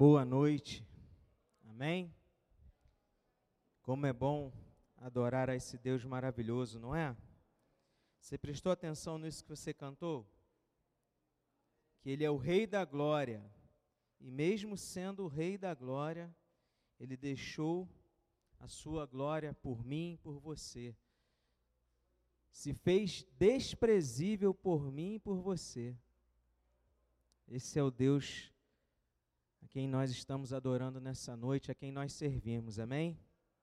Boa noite, amém? Como é bom adorar a esse Deus maravilhoso, não é? Você prestou atenção nisso que você cantou? Que Ele é o Rei da Glória, e mesmo sendo o Rei da Glória, Ele deixou a sua glória por mim e por você. Se fez desprezível por mim e por você. Esse é o Deus a quem nós estamos adorando nessa noite, a quem nós servimos, amém?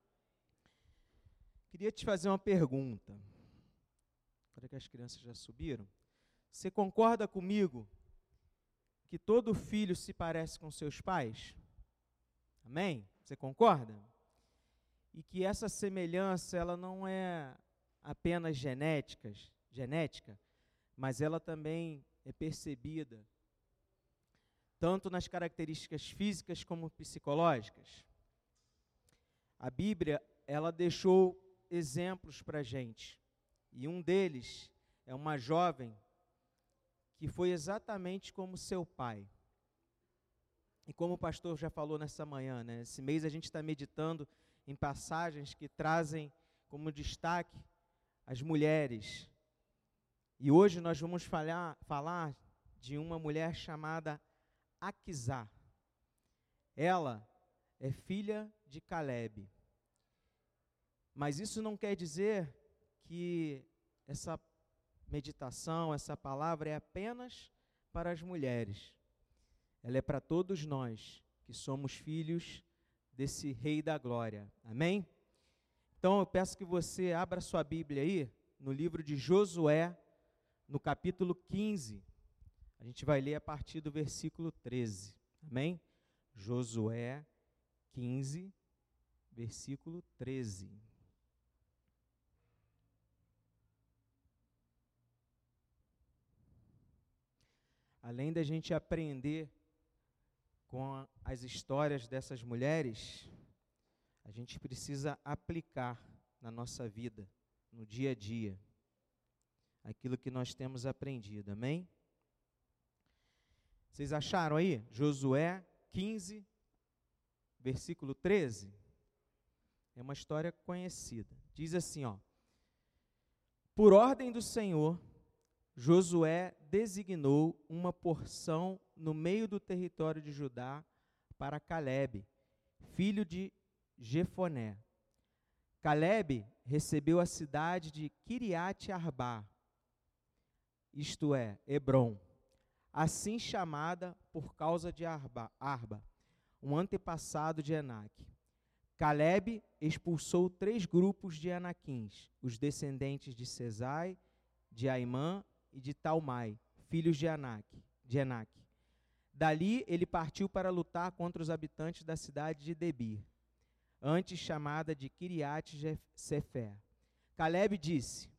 Queria te fazer uma pergunta. Agora que as crianças já subiram, você concorda comigo que todo filho se parece com seus pais? Amém? Você concorda? E que essa semelhança, ela não é apenas genética, mas ela também é percebida tanto nas características físicas como psicológicas. A Bíblia, ela deixou exemplos para a gente, e um deles é uma jovem que foi exatamente como seu pai. E como o pastor já falou nessa manhã, né? Esse mês a gente está meditando em passagens que trazem como destaque as mulheres. E hoje nós vamos falar de uma mulher chamada Aquisá. Ela é filha de Calebe. Mas isso não quer dizer que essa meditação, essa palavra é apenas para as mulheres. Ela é para todos nós que somos filhos desse Rei da Glória. Amém? Então eu peço que você abra sua Bíblia aí no livro de Josué, no capítulo 15. A gente vai ler a partir do versículo 13. Amém? Josué 15, versículo 13. Além da gente aprender com as histórias dessas mulheres, a gente precisa aplicar na nossa vida, no dia a dia, aquilo que nós temos aprendido, amém? Vocês acharam aí? Josué 15, versículo 13? É uma história conhecida. Diz assim, ó: por ordem do Senhor, Josué designou uma porção no meio do território de Judá para Calebe, filho de Jefoné. Calebe recebeu a cidade de Quiriate-Arbá, isto é, Hebrom, assim chamada por causa de Arba, um antepassado de Enaque. Calebe expulsou 3 grupos de Anaquins, os descendentes de Sesai, de Aimã e de Talmai, filhos de Enaque. Dali ele partiu para lutar contra os habitantes da cidade de Debir, antes chamada de Quiriate-Sefer. Calebe disse: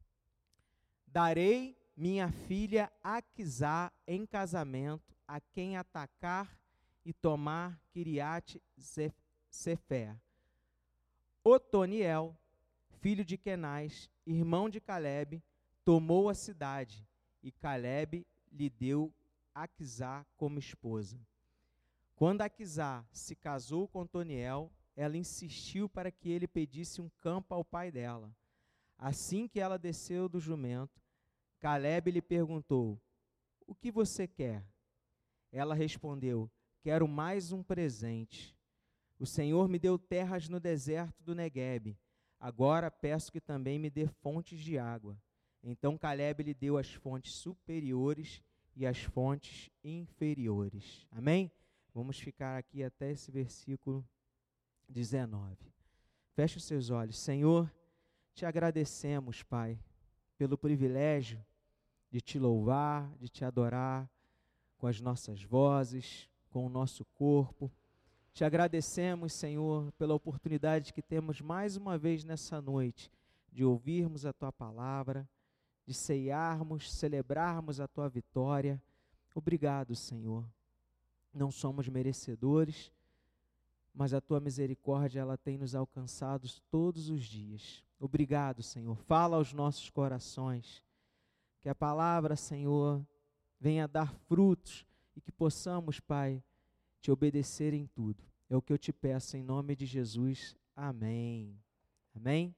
darei minha filha Aquisá em casamento a quem atacar e tomar Quiriate-Sefer. Otoniel, filho de Kenaz, irmão de Calebe, tomou a cidade, e Calebe lhe deu Aquisá como esposa. Quando Aquisá se casou com Otoniel, ela insistiu para que ele pedisse um campo ao pai dela. Assim que ela desceu do jumento, Calebe lhe perguntou: o que você quer? Ela respondeu: quero mais um presente. O Senhor me deu terras no deserto do Neguebe. Agora peço que também me dê fontes de água. Então Calebe lhe deu as fontes superiores e as fontes inferiores. Amém? Vamos ficar aqui até esse versículo 19. Feche os seus olhos. Senhor, te agradecemos, Pai, pelo privilégio de te louvar, de te adorar com as nossas vozes, com o nosso corpo. Te agradecemos, Senhor, pela oportunidade que temos mais uma vez nessa noite de ouvirmos a Tua palavra, de ceiarmos, celebrarmos a Tua vitória. Obrigado, Senhor. Não somos merecedores, mas a Tua misericórdia, ela tem nos alcançado todos os dias. Obrigado, Senhor. Fala aos nossos corações. Que a palavra, Senhor, venha dar frutos e que possamos, Pai, te obedecer em tudo. É o que eu te peço em nome de Jesus. Amém. Amém?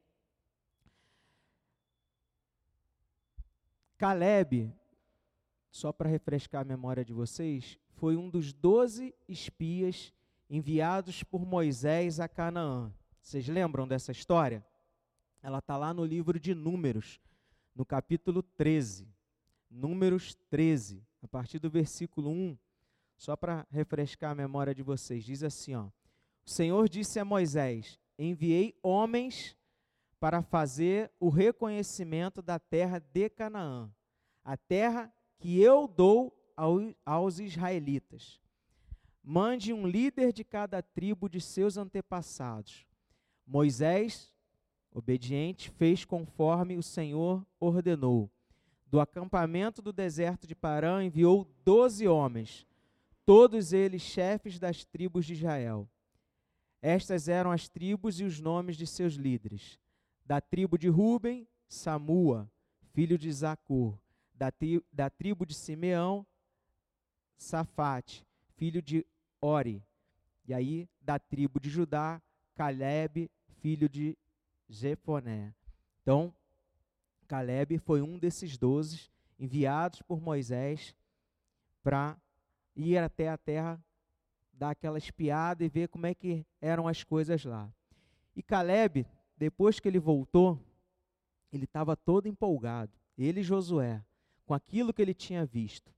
Caleb, só para refrescar a memória de vocês, foi um dos 12 espias enviados por Moisés a Canaã. Vocês lembram dessa história? Ela está lá no livro de Números, no capítulo 13. Números 13, a partir do versículo 1, só para refrescar a memória de vocês, diz assim, ó: o Senhor disse a Moisés: enviei homens para fazer o reconhecimento da terra de Canaã, a terra que eu dou aos israelitas. Mande um líder de cada tribo de seus antepassados. Moisés, obediente, fez conforme o Senhor ordenou. Do acampamento do deserto de Parã enviou 12 homens, todos eles chefes das tribos de Israel. Estas eram as tribos e os nomes de seus líderes. Da tribo de Ruben, Samua, filho de Zacur. Da tribo de Simeão, Safate, filho de Ori. E aí, da tribo de Judá, Caleb, filho de Jefoné. Então, Caleb foi um desses 12 enviados por Moisés para ir até a terra, dar aquela espiada e ver como é que eram as coisas lá. E Caleb, depois que ele voltou, ele estava todo empolgado, ele e Josué, com aquilo que ele tinha visto.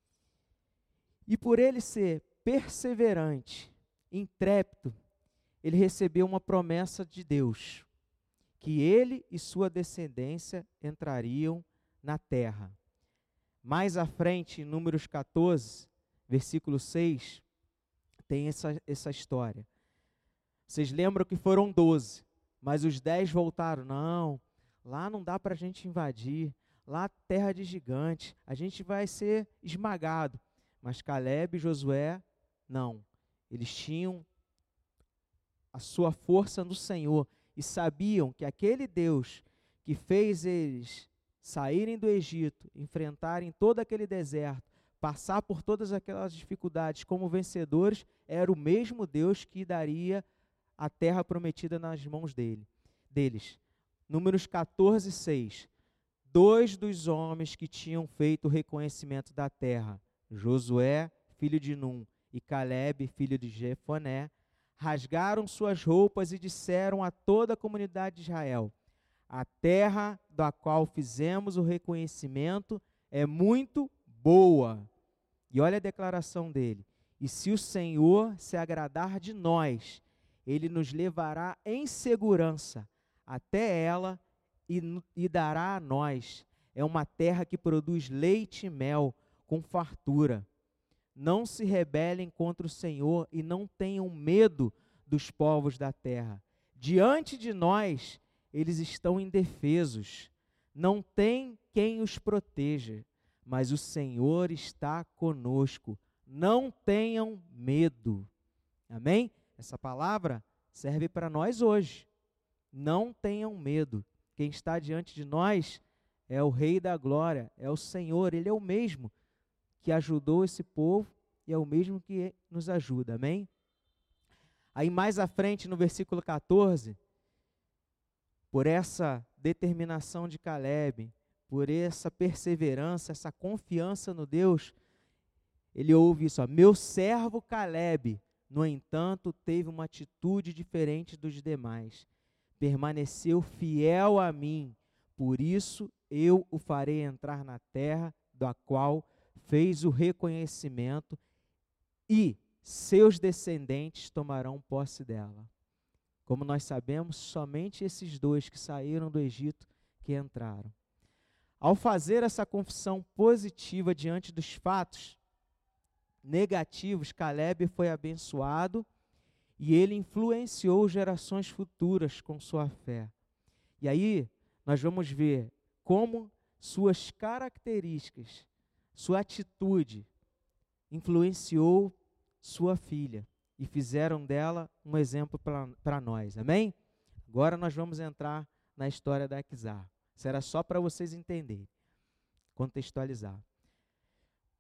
E por ele ser perseverante, intrépido, ele recebeu uma promessa de Deus, que ele e sua descendência entrariam na terra. Mais à frente, em Números 14, versículo 6, tem essa história. Vocês lembram que foram 12, mas os 10 voltaram. Não, lá não dá para a gente invadir, lá terra de gigante, a gente vai ser esmagado. Mas Caleb e Josué, não. Eles tinham a sua força no Senhor e sabiam que aquele Deus que fez eles saírem do Egito, enfrentarem todo aquele deserto, passar por todas aquelas dificuldades como vencedores, era o mesmo Deus que daria a terra prometida nas mãos deles. Números 14, 6. 2 dos homens que tinham feito o reconhecimento da terra, Josué, filho de Num, e Caleb, filho de Jefoné, rasgaram suas roupas e disseram a toda a comunidade de Israel: a terra da qual fizemos o reconhecimento é muito boa. E olha a declaração dele: e se o Senhor se agradar de nós, ele nos levará em segurança até ela e dará a nós. É uma terra que produz leite e mel com fartura. Não se rebelem contra o Senhor e não tenham medo dos povos da terra. Diante de nós, eles estão indefesos. Não tem quem os proteja, mas o Senhor está conosco. Não tenham medo. Amém? Essa palavra serve para nós hoje. Não tenham medo. Quem está diante de nós é o Rei da Glória, é o Senhor. Ele é o mesmo que ajudou esse povo e é o mesmo que nos ajuda, amém? Aí mais à frente, no versículo 14, por essa determinação de Caleb, por essa perseverança, essa confiança no Deus, ele ouve isso, ó: meu servo Caleb, no entanto, teve uma atitude diferente dos demais, permaneceu fiel a mim, por isso eu o farei entrar na terra da qual fez o reconhecimento e seus descendentes tomarão posse dela. Como nós sabemos, somente esses 2 que saíram do Egito que entraram. Ao fazer essa confissão positiva diante dos fatos negativos, Caleb foi abençoado e ele influenciou gerações futuras com sua fé. E aí nós vamos ver como suas características, sua atitude influenciou sua filha e fizeram dela um exemplo para nós, amém? Agora nós vamos entrar na história da Aquisar. Isso era só para vocês entenderem, contextualizar.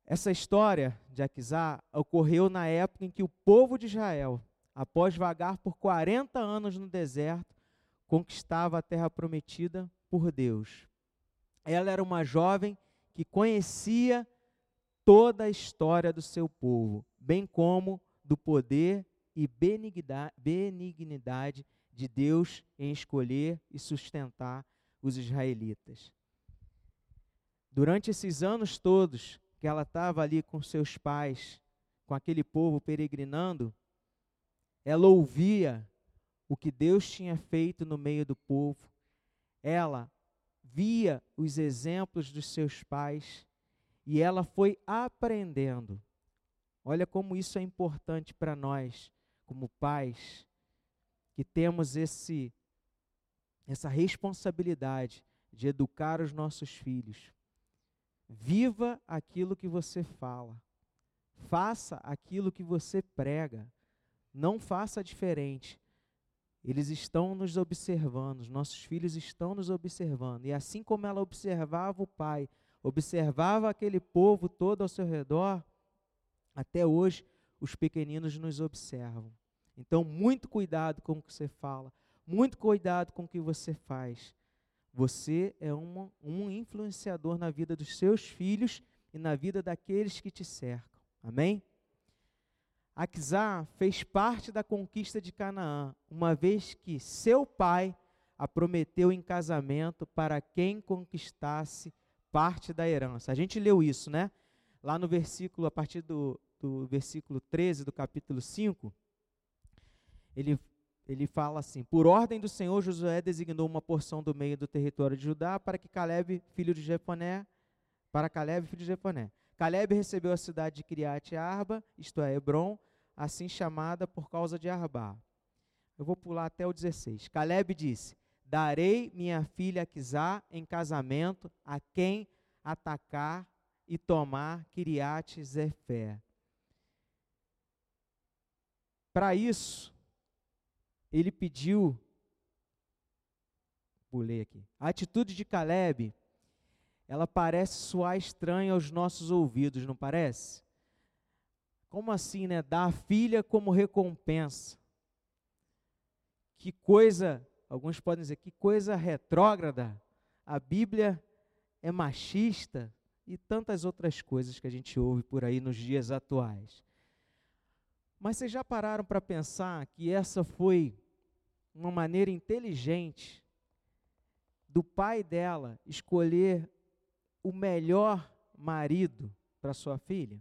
Essa história de Aquisá ocorreu na época em que o povo de Israel, após vagar por 40 anos no deserto, conquistava a terra prometida por Deus. Ela era uma jovem que conhecia toda a história do seu povo, bem como do poder e benignidade de Deus em escolher e sustentar os israelitas. Durante esses anos todos que ela estava ali com seus pais, com aquele povo peregrinando, ela ouvia o que Deus tinha feito no meio do povo, ela via os exemplos dos seus pais e ela foi aprendendo. Olha como isso é importante para nós, como pais, que temos essa responsabilidade de educar os nossos filhos. Viva aquilo que você fala. Faça aquilo que você prega. Não faça diferente. Eles estão nos observando, os nossos filhos estão nos observando. E assim como ela observava o pai, observava aquele povo todo ao seu redor, até hoje os pequeninos nos observam. Então, muito cuidado com o que você fala, muito cuidado com o que você faz. Você é um influenciador na vida dos seus filhos e na vida daqueles que te cercam. Amém? Aquisá fez parte da conquista de Canaã, uma vez que seu pai a prometeu em casamento para quem conquistasse parte da herança. A gente leu isso, né? Lá no versículo, a partir do versículo 13 do capítulo 5, ele fala assim: por ordem do Senhor, Josué designou uma porção do meio do território de Judá para Calebe, filho de Jefoné. Calebe recebeu a cidade de Kiriat Arba, isto é, Hebron, assim chamada por causa de Arbá. Eu vou pular até o 16. Calebe disse: darei minha filha Aquisá em casamento a quem atacar e tomar Kiriat Zefé. Para isso, ele pediu, pulei aqui, a atitude de Calebe, ela parece soar estranha aos nossos ouvidos, não parece? Como assim, né? Dar a filha como recompensa. Que coisa, alguns podem dizer, que coisa retrógrada. A Bíblia é machista e tantas outras coisas que a gente ouve por aí nos dias atuais. Mas vocês já pararam para pensar que essa foi uma maneira inteligente do pai dela escolher o melhor marido para sua filha?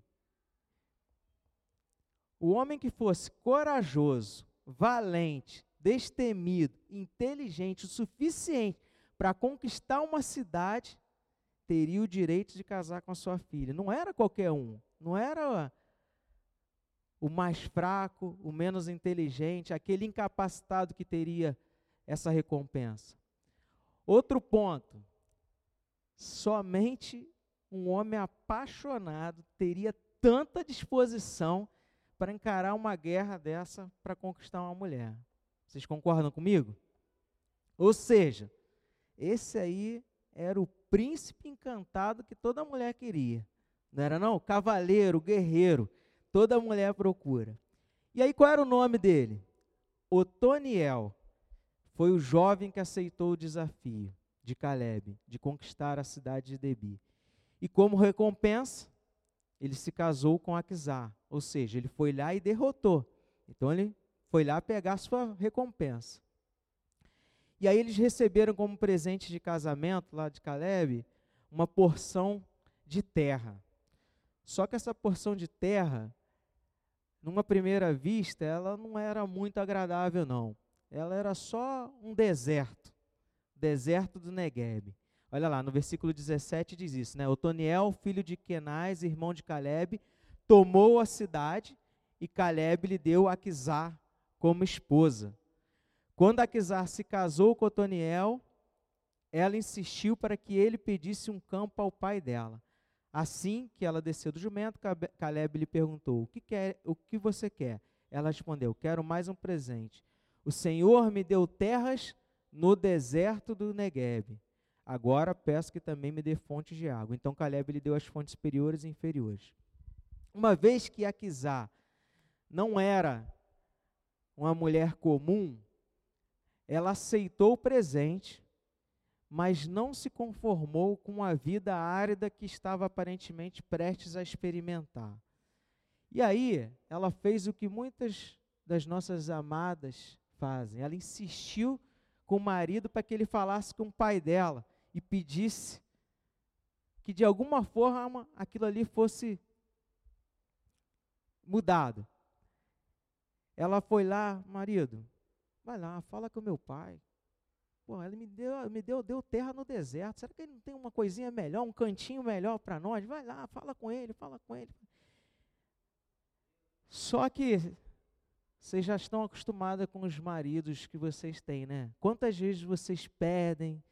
O homem que fosse corajoso, valente, destemido, inteligente o suficiente para conquistar uma cidade, teria o direito de casar com a sua filha. Não era qualquer um, não era o mais fraco, o menos inteligente, aquele incapacitado que teria essa recompensa. Outro ponto, somente um homem apaixonado teria tanta disposição para encarar uma guerra dessa para conquistar uma mulher. Vocês concordam comigo? Ou seja, esse aí era o príncipe encantado que toda mulher queria. Não era não? Cavaleiro, guerreiro, toda mulher procura. E aí qual era o nome dele? Otoniel. Foi o jovem que aceitou o desafio de Calebe, de conquistar a cidade de Debi. E como recompensa, ele se casou com Aquisá, ou seja, ele foi lá e derrotou. Então ele foi lá pegar a sua recompensa. E aí eles receberam como presente de casamento, lá de Calebe, uma porção de terra. Só que essa porção de terra, numa primeira vista, ela não era muito agradável, não. Ela era só um deserto do Neguebe. Olha lá, no versículo 17 diz isso, né? Otoniel, filho de Kenaz, irmão de Calebe, tomou a cidade e Calebe lhe deu Aquisá como esposa. Quando Aquisá se casou com Otoniel, ela insistiu para que ele pedisse um campo ao pai dela. Assim que ela desceu do jumento, Calebe lhe perguntou: o que você quer? Ela respondeu: quero mais um presente. O Senhor me deu terras no deserto do Neguebe. Agora peço que também me dê fontes de água. Então Calebe lhe deu as fontes superiores e inferiores. Uma vez que Aquisá não era uma mulher comum, ela aceitou o presente, mas não se conformou com a vida árida que estava aparentemente prestes a experimentar. E aí, ela fez o que muitas das nossas amadas fazem. Ela insistiu com o marido para que ele falasse com o pai dela e pedisse que de alguma forma aquilo ali fosse mudado. Ela foi lá, marido, vai lá, fala com o meu pai. Pô, ele deu terra no deserto. Será que ele não tem uma coisinha melhor, um cantinho melhor para nós? Vai lá, fala com ele, fala com ele. Só que vocês já estão acostumados com os maridos que vocês têm, né? Quantas vezes vocês pedem,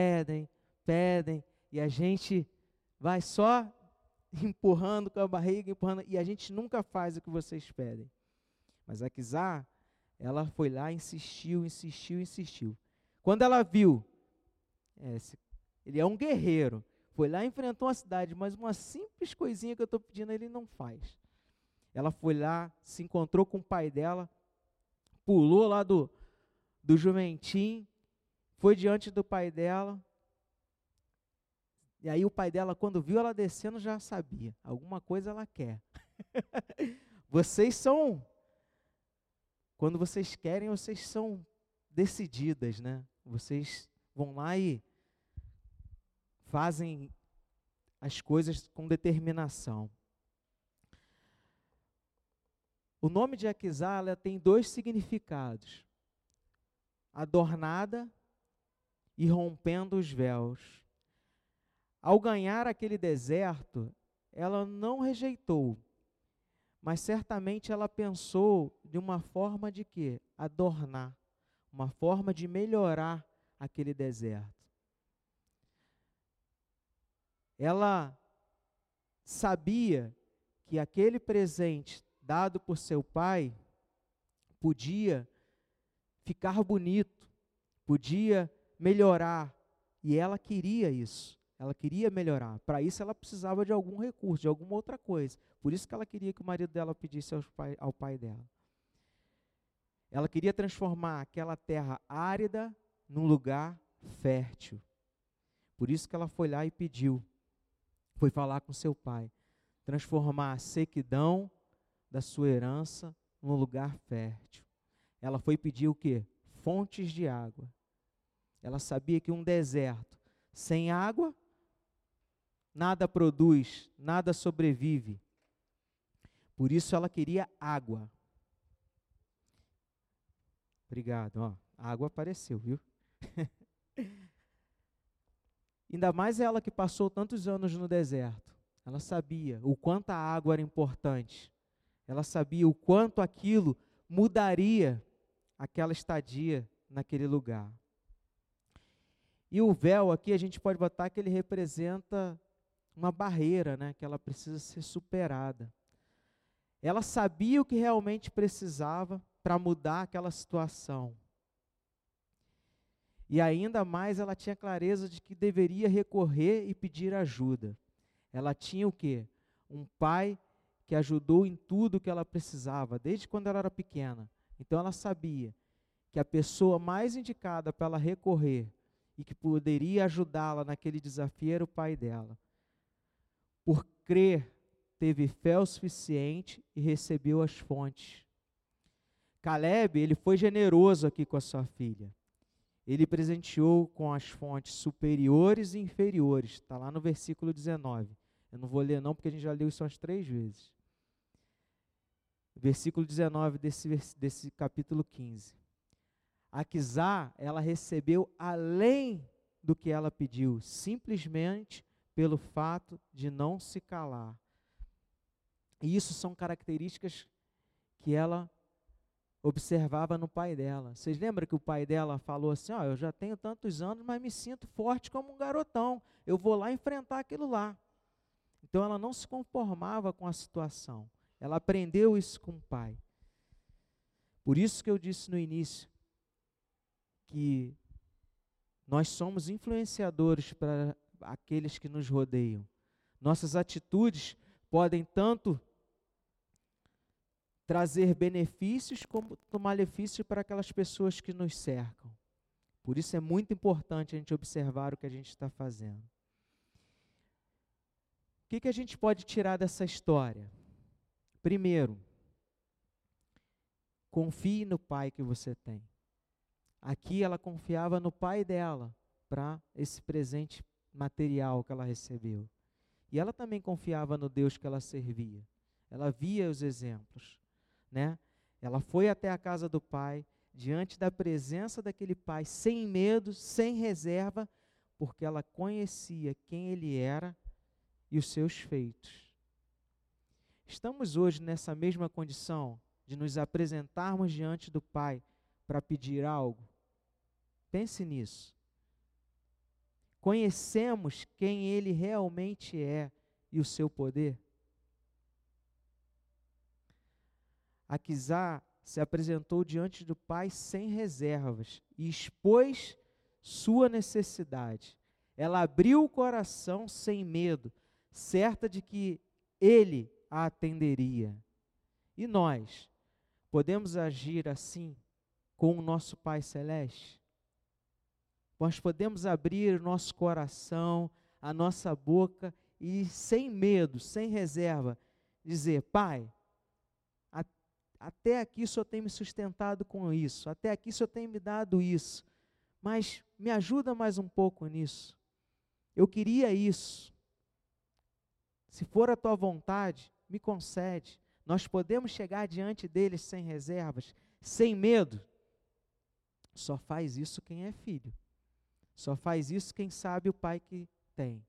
e a gente vai só empurrando com a barriga, empurrando, e a gente nunca faz o que vocês pedem. Mas a Aquisá, ela foi lá, insistiu. Quando ela viu, ele é um guerreiro, foi lá e enfrentou a cidade, mas uma simples coisinha que eu estou pedindo ele não faz. Ela foi lá, se encontrou com o pai dela, pulou lá do jumentim, foi diante do pai dela, e aí o pai dela, quando viu ela descendo, já sabia, alguma coisa ela quer. Vocês são, quando vocês querem, vocês são decididas, né? Vocês vão lá e fazem as coisas com determinação. O nome de Aquisá, ela tem 2 significados: adornada e rompendo os véus. Ao ganhar aquele deserto, ela não rejeitou, mas certamente ela pensou de uma forma de quê? Adornar, uma forma de melhorar aquele deserto. Ela sabia que aquele presente dado por seu pai podia ficar bonito, podia melhorar, e ela queria isso, ela queria melhorar. Para isso ela precisava de algum recurso, de alguma outra coisa. Por isso que ela queria que o marido dela pedisse ao pai dela. Ela queria transformar aquela terra árida num lugar fértil. Por isso que ela foi lá e pediu, foi falar com seu pai, transformar a sequidão da sua herança num lugar fértil. Ela foi pedir o quê? Fontes de água. Ela sabia que um deserto sem água, nada produz, nada sobrevive. Por isso ela queria água. Obrigado, ó. A água apareceu, viu? Ainda mais ela que passou tantos anos no deserto. Ela sabia o quanto a água era importante. Ela sabia o quanto aquilo mudaria aquela estadia naquele lugar. E o véu aqui a gente pode botar que ele representa uma barreira, né, que ela precisa ser superada. Ela sabia o que realmente precisava para mudar aquela situação. E ainda mais ela tinha clareza de que deveria recorrer e pedir ajuda. Ela tinha o quê? Um pai que ajudou em tudo que ela precisava, desde quando ela era pequena. Então ela sabia que a pessoa mais indicada para ela recorrer e que poderia ajudá-la naquele desafio era o pai dela. Por crer, teve fé o suficiente e recebeu as fontes. Calebe, ele foi generoso aqui com a sua filha. Ele presenteou com as fontes superiores e inferiores. Está lá no versículo 19. Eu não vou ler não, porque a gente já leu isso umas 3 vezes. Versículo 19 desse capítulo 15. Aquisá, ela recebeu além do que ela pediu, simplesmente pelo fato de não se calar. E isso são características que ela observava no pai dela. Vocês lembram que o pai dela falou assim, eu já tenho tantos anos, mas me sinto forte como um garotão, eu vou lá enfrentar aquilo lá. Então ela não se conformava com a situação, ela aprendeu isso com o pai. Por isso que eu disse no início, que Nós somos influenciadores para aqueles que nos rodeiam. Nossas atitudes podem tanto trazer benefícios como malefícios para aquelas pessoas que nos cercam. Por isso é muito importante a gente observar o que a gente está fazendo. O que a gente pode tirar dessa história? Primeiro, confie no pai que você tem. Aqui ela confiava no pai dela para esse presente material que ela recebeu. E ela também confiava no Deus que ela servia. Ela via os exemplos, né? Ela foi até a casa do pai, diante da presença daquele pai, sem medo, sem reserva, porque ela conhecia quem ele era e os seus feitos. Estamos hoje nessa mesma condição de nos apresentarmos diante do Pai para pedir algo? Pense nisso. Conhecemos quem Ele realmente é e o seu poder? Aquisá se apresentou diante do Pai sem reservas e expôs sua necessidade. Ela abriu o coração sem medo, certa de que Ele a atenderia. E nós, podemos agir assim com o nosso Pai Celeste? Nós podemos abrir o nosso coração, a nossa boca e sem medo, sem reserva, dizer: Pai, até aqui o Senhor tem me sustentado com isso, até aqui o Senhor tem me dado isso, mas me ajuda mais um pouco nisso. Eu queria isso. Se for a tua vontade, me concede. Nós podemos chegar diante deles sem reservas, sem medo. Só faz isso quem é filho. Só faz isso quem sabe o pai que tem.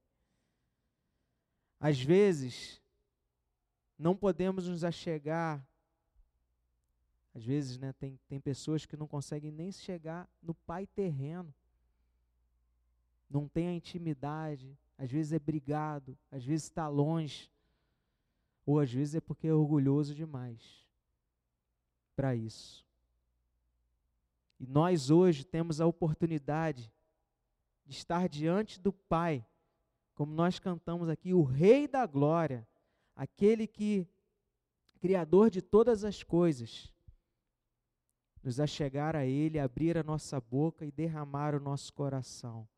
Às vezes, não podemos nos achegar. Às vezes, né, tem pessoas que não conseguem nem chegar no pai terreno. Não tem a intimidade. Às vezes é brigado, às vezes está longe, ou às vezes é porque é orgulhoso demais para isso. E nós hoje temos a oportunidade de estar diante do Pai, como nós cantamos aqui, o Rei da Glória, aquele que, Criador de todas as coisas, nos achegar a Ele, abrir a nossa boca e derramar o nosso coração.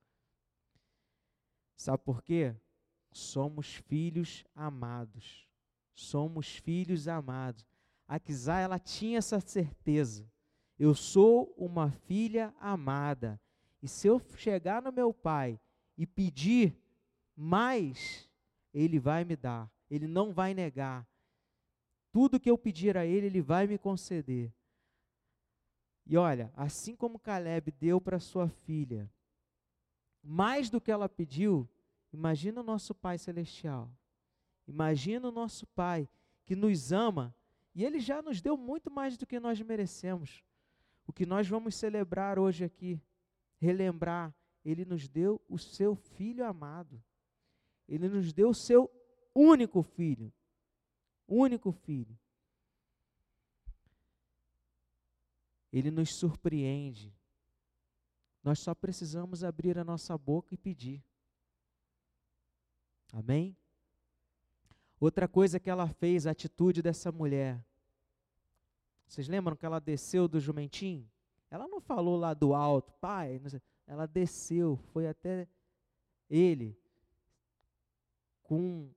Sabe por quê? Somos filhos amados. Somos filhos amados. Aquisá, ela tinha essa certeza. Eu sou uma filha amada. E se eu chegar no meu pai e pedir mais, ele vai me dar. Ele não vai negar. Tudo que eu pedir a ele, ele vai me conceder. E olha, assim como Caleb deu para sua filha mais do que ela pediu, imagina o nosso Pai Celestial. Imagina o nosso Pai que nos ama e Ele já nos deu muito mais do que nós merecemos. O que nós vamos celebrar hoje aqui, relembrar, Ele nos deu o seu Filho amado. Ele nos deu o seu único Filho. Único Filho. Ele nos surpreende. Nós só precisamos abrir a nossa boca e pedir. Amém? Outra coisa que ela fez, a atitude dessa mulher. Vocês lembram que ela desceu do jumentinho? Ela não falou lá do alto, pai, ela desceu, foi até ele, com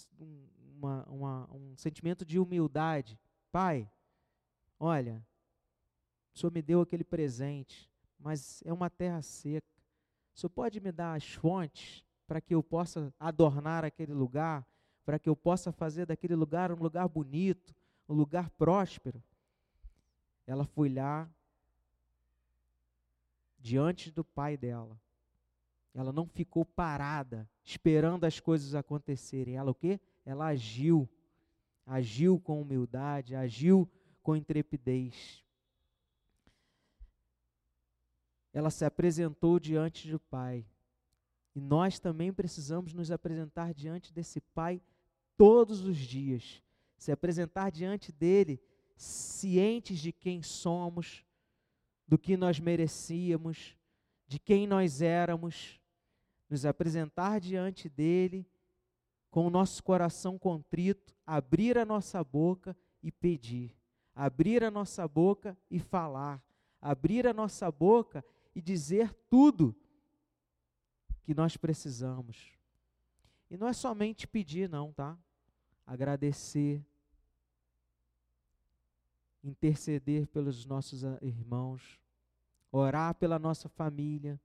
um sentimento de humildade. Pai, olha, o Senhor me deu aquele presente, mas é uma terra seca. O Senhor pode me dar as fontes para que eu possa adornar aquele lugar, para que eu possa fazer daquele lugar um lugar bonito, um lugar próspero? Ela foi lá diante do pai dela. Ela não ficou parada, esperando as coisas acontecerem. Ela o quê? Ela agiu. Agiu com humildade, agiu com intrepidez. Ela se apresentou diante do Pai. E nós também precisamos nos apresentar diante desse Pai todos os dias. Se apresentar diante dele, cientes de quem somos, do que nós merecíamos, de quem nós éramos, nos apresentar diante dele, com o nosso coração contrito, abrir a nossa boca e pedir, abrir a nossa boca e falar, abrir a nossa boca e dizer tudo que nós precisamos. E não é somente pedir não, tá? Agradecer, interceder pelos nossos irmãos, orar pela nossa família,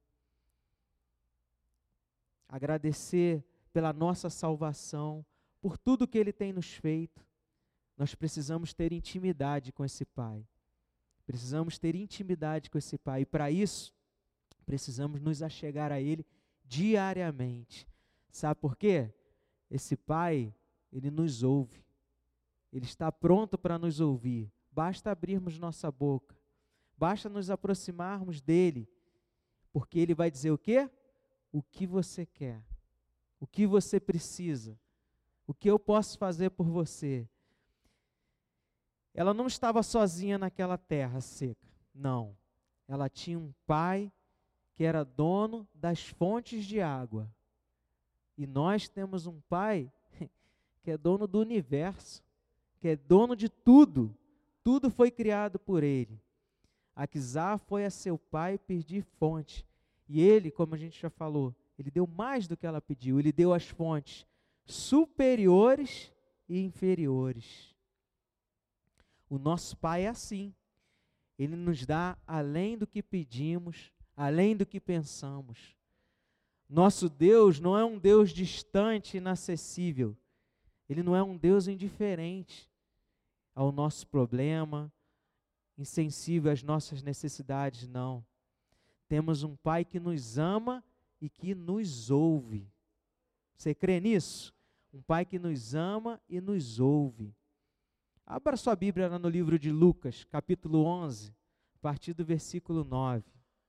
agradecer pela nossa salvação, por tudo que Ele tem nos feito. Nós precisamos ter intimidade com esse Pai. Precisamos ter intimidade com esse Pai. E para isso, precisamos nos achegar a Ele diariamente. Sabe por quê? Esse Pai, Ele nos ouve. Ele está pronto para nos ouvir. Basta abrirmos nossa boca. Basta nos aproximarmos dEle. Porque Ele vai dizer o quê? O que você quer. O que você precisa. O que eu posso fazer por você. Ela não estava sozinha naquela terra seca. Não. Ela tinha um pai que era dono das fontes de água. E nós temos um pai que é dono do universo, que é dono de tudo. Tudo foi criado por ele. Aquisá foi a seu pai pedir fonte. E ele, como a gente já falou, ele deu mais do que ela pediu. Ele deu as fontes superiores e inferiores. O nosso Pai é assim. Ele nos dá além do que pedimos, além do que pensamos. Nosso Deus não é um Deus distante, inacessível. Ele não é um Deus indiferente ao nosso problema, insensível às nossas necessidades, não. Temos um Pai que nos ama e que nos ouve. Você crê nisso? Um Pai que nos ama e nos ouve. Abra sua Bíblia lá no livro de Lucas, capítulo 11, a partir do versículo 9.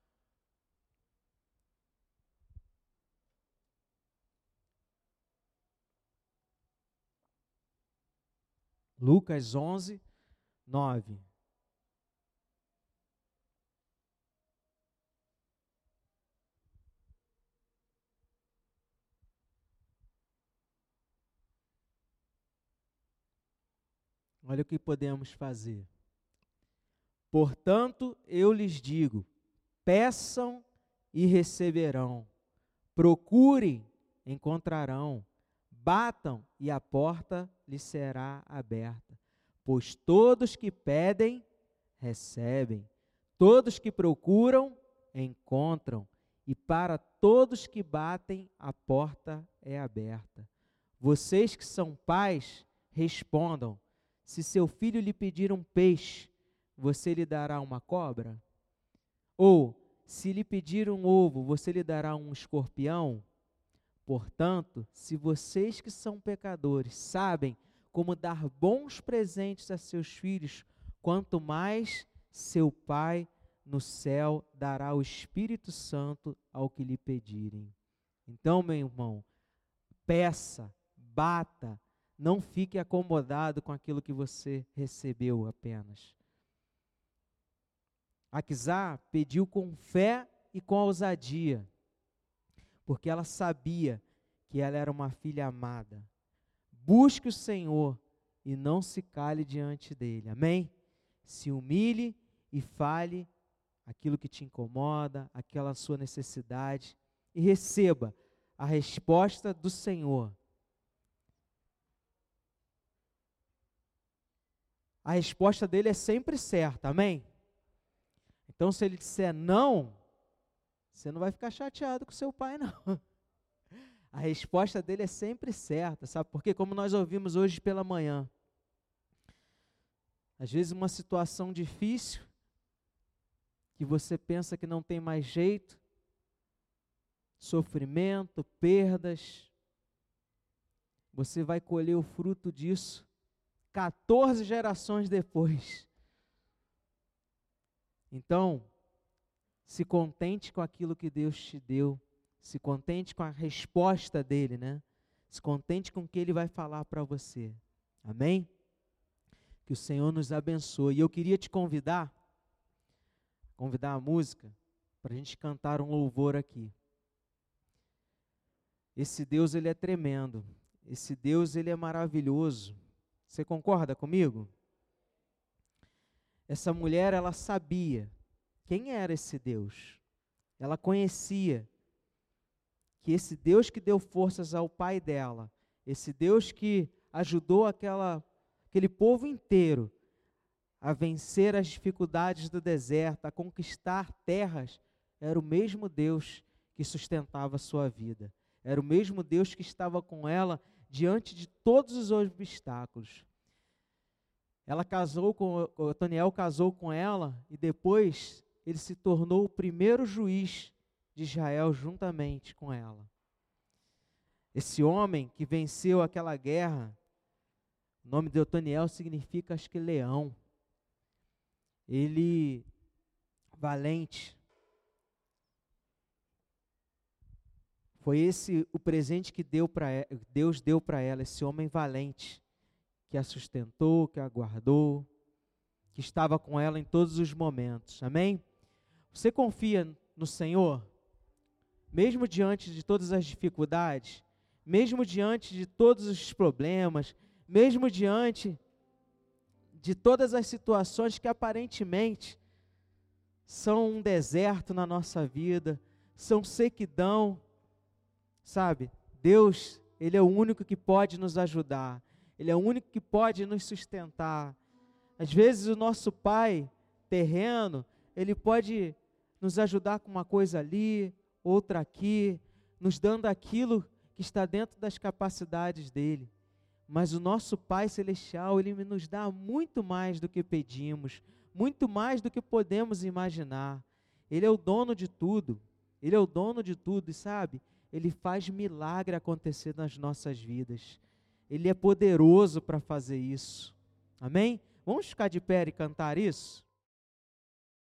Lucas 11, 9. Olha o que podemos fazer. Portanto, eu lhes digo, peçam e receberão, procurem, encontrarão, batam e a porta lhes será aberta. Pois todos que pedem, recebem, todos que procuram, encontram, e para todos que batem, a porta é aberta. Vocês que são pais, respondam. Se seu filho lhe pedir um peixe, você lhe dará uma cobra? Ou, se lhe pedir um ovo, você lhe dará um escorpião? Portanto, se vocês que são pecadores sabem como dar bons presentes a seus filhos, quanto mais seu Pai no céu dará o Espírito Santo ao que lhe pedirem. Então, meu irmão, peça, bata, não fique acomodado com aquilo que você recebeu apenas. Aquisá pediu com fé e com ousadia, porque ela sabia que ela era uma filha amada. Busque o Senhor e não se cale diante dele. Amém? Se humilhe e fale aquilo que te incomoda, aquela sua necessidade, e receba a resposta do Senhor. A resposta dele é sempre certa, amém? Então, se ele disser não, você não vai ficar chateado com seu pai, não. A resposta dele é sempre certa, sabe? Porque como nós ouvimos hoje pela manhã, às vezes uma situação difícil, que você pensa que não tem mais jeito, sofrimento, perdas, você vai colher o fruto disso 14 gerações depois. Então, se contente com aquilo que Deus te deu, se contente com a resposta dele, né? Se contente com o que ele vai falar para você. Amém? Que o Senhor nos abençoe. E eu queria te convidar a música, para a gente cantar um louvor aqui. Esse Deus, Ele é tremendo. Esse Deus, Ele é maravilhoso. Você concorda comigo? Essa mulher, ela sabia quem era esse Deus. Ela conhecia que esse Deus que deu forças ao pai dela, esse Deus que ajudou aquele povo inteiro a vencer as dificuldades do deserto, a conquistar terras, era o mesmo Deus que sustentava a sua vida. Era o mesmo Deus que estava com ela diante de todos os obstáculos. Otoniel casou com ela e depois ele se tornou o primeiro juiz de Israel juntamente com ela. Esse homem que venceu aquela guerra, o nome de Otoniel significa, acho que, leão. Ele, valente. Foi esse o presente que Deus deu para ela, esse homem valente, que a sustentou, que a guardou, que estava com ela em todos os momentos. Amém? Você confia no Senhor? Mesmo diante de todas as dificuldades, mesmo diante de todos os problemas, mesmo diante de todas as situações que aparentemente são um deserto na nossa vida, são sequidão, sabe? Deus, Ele é o único que pode nos ajudar, Ele é o único que pode nos sustentar. Às vezes o nosso pai terreno, ele pode nos ajudar com uma coisa ali, outra aqui, nos dando aquilo que está dentro das capacidades dele. Mas o nosso Pai Celestial, Ele nos dá muito mais do que pedimos, muito mais do que podemos imaginar. Ele é o dono de tudo, Ele é o dono de tudo e sabe, Ele faz milagre acontecer nas nossas vidas. Ele é poderoso para fazer isso. Amém? Vamos ficar de pé e cantar isso?